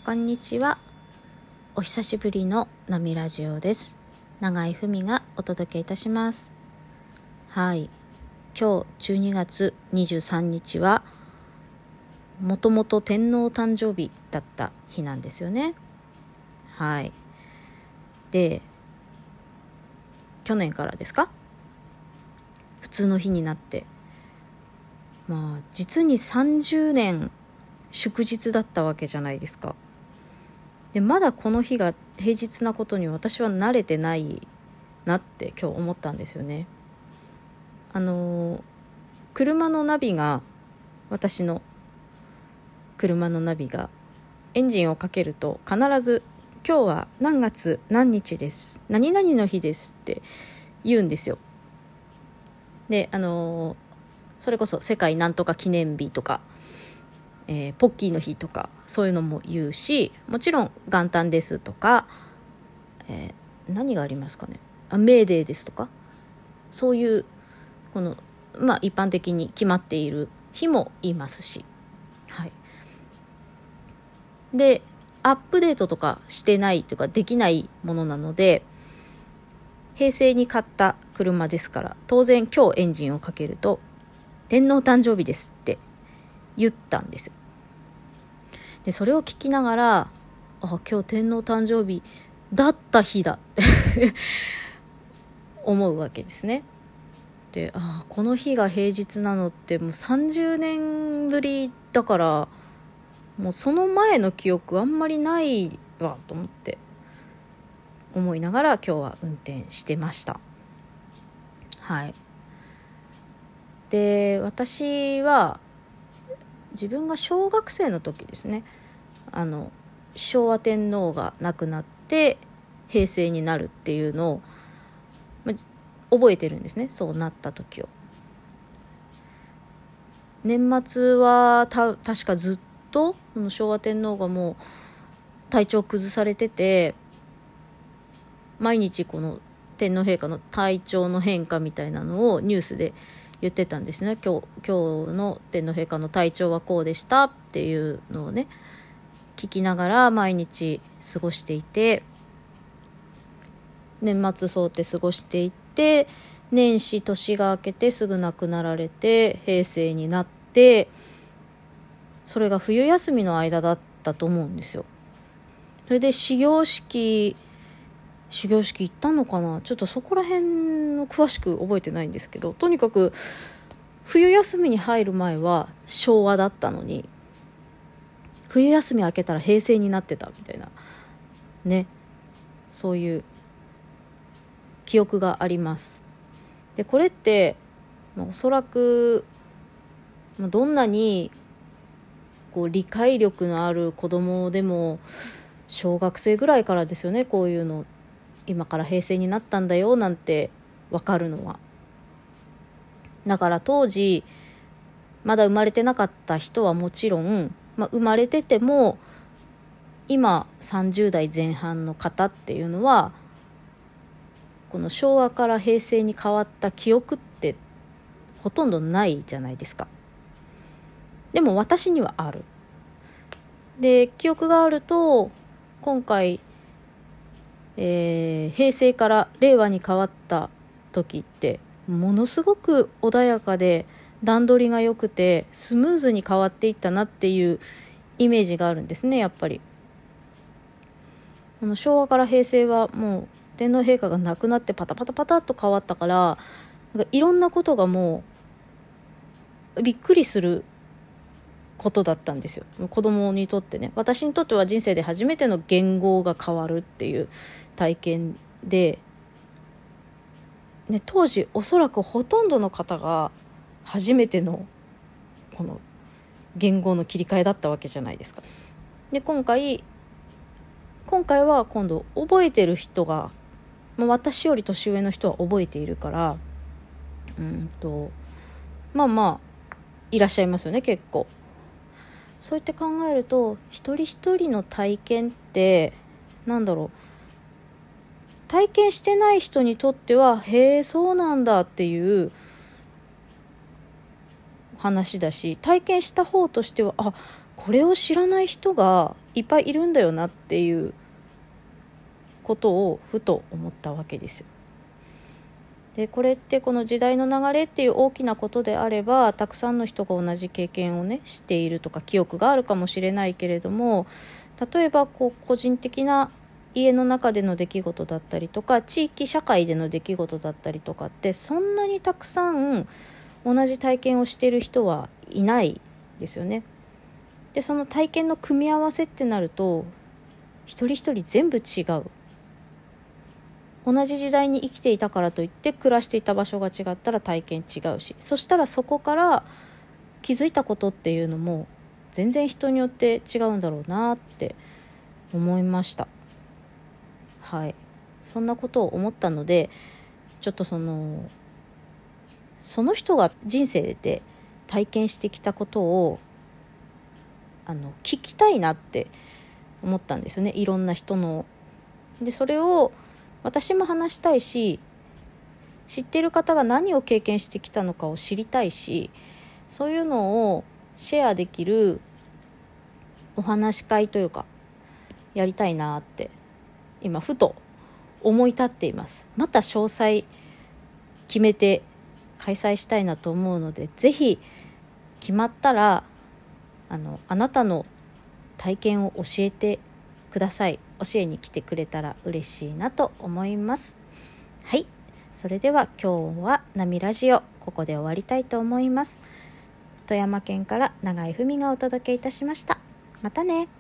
こんにちは。お久しぶりのナミラジオです。永井文がお届けいたします。はい、今日12月23日はもともと天皇誕生日だった日なんですよね。はい。で、去年からですか、普通の日になって、実に30年祝日だったわけじゃないですか。でまだこの日が平日なことに私は慣れてないなって今日思ったんですよね。車のナビが、私の車のナビがエンジンをかけると必ず今日は何月何日です、何々の日ですって言うんですよ。でそれこそ世界なんとか記念日とか、ポッキーの日とかそういうのも言うし、もちろん元旦ですとか、何がありますかね、メーデーですとか、そういうこの一般的に決まっている日も言いますし、はい。でアップデートとかしてないとかできないものなので、平成に買った車ですから当然今日エンジンをかけると天皇誕生日ですって言ったんですよ。でそれを聞きながら、今日天皇誕生日だった日だって思うわけですね。でこの日が平日なのってもう30年ぶりだから、もうその前の記憶あんまりないわと思いながら今日は運転してました。はい。で私は自分が小学生の時ですね、昭和天皇が亡くなって平成になるっていうのを、覚えてるんですね。そうなった時を。年末は確かずっと昭和天皇がもう体調崩されてて、毎日この天皇陛下の体調の変化みたいなのをニュースで言ってたんですね。今日の天皇陛下の体調はこうでしたっていうのをね、聞きながら毎日過ごしていて、年末そうって過ごしていって、年始年が明けてすぐ亡くなられて平成になって、それが冬休みの間だったと思うんですよ。それで始業式行ったのかな、ちょっとそこら辺の詳しく覚えてないんですけど、とにかく冬休みに入る前は昭和だったのに、冬休み明けたら平成になってたみたいなね、そういう記憶があります。でこれっておそらくどんなに理解力のある子供でも小学生ぐらいからですよね、こういうの今から平成になったんだよなんて分かるのは。だから当時まだ生まれてなかった人はもちろん、生まれてても今30代前半の方っていうのはこの昭和から平成に変わった記憶ってほとんどないじゃないですか。でも私にはある。で記憶があると、今回平成から令和に変わった時ってものすごく穏やかで段取りが良くてスムーズに変わっていったなっていうイメージがあるんですね。やっぱり昭和から平成はもう天皇陛下が亡くなってパタパタパタっと変わったから、いろんなことがもうびっくりすることだったんですよ。子供にとってね、私にとっては人生で初めての言語が変わるっていう体験で、当時おそらくほとんどの方が初めてのこの言語の切り替えだったわけじゃないですか。で今回は今度覚えてる人が、私より年上の人は覚えているから、いらっしゃいますよね、結構。そうやって考えると一人一人の体験って体験してない人にとってはへえそうなんだっていう話だし、体験した方としてはこれを知らない人がいっぱいいるんだよなっていうことをふと思ったわけですよ。でこれってこの時代の流れっていう大きなことであれば、たくさんの人が同じ経験をねしているとか記憶があるかもしれないけれども、例えば個人的な家の中での出来事だったりとか、地域社会での出来事だったりとかって、そんなにたくさん同じ体験をしている人はいないですよね。でその体験の組み合わせってなると、一人一人全部違う。同じ時代に生きていたからといって暮らしていた場所が違ったら体験違うし、そしたらそこから気づいたことっていうのも全然人によって違うんだろうなって思いました。はい、そんなことを思ったので、ちょっとその人が人生で体験してきたことを聞きたいなって思ったんですよね、いろんな人の。でそれを私も話したいし、知っている方が何を経験してきたのかを知りたいし、そういうのをシェアできるお話し会というかやりたいなって今ふと思い立っています。また詳細決めて開催したいなと思うので、ぜひ決まったらあなたの体験を教えてください。教えに来てくれたら嬉しいなと思います。はい、それでは今日はナミラジオここで終わりたいと思います。富山県から永井文がお届けいたしました。またね。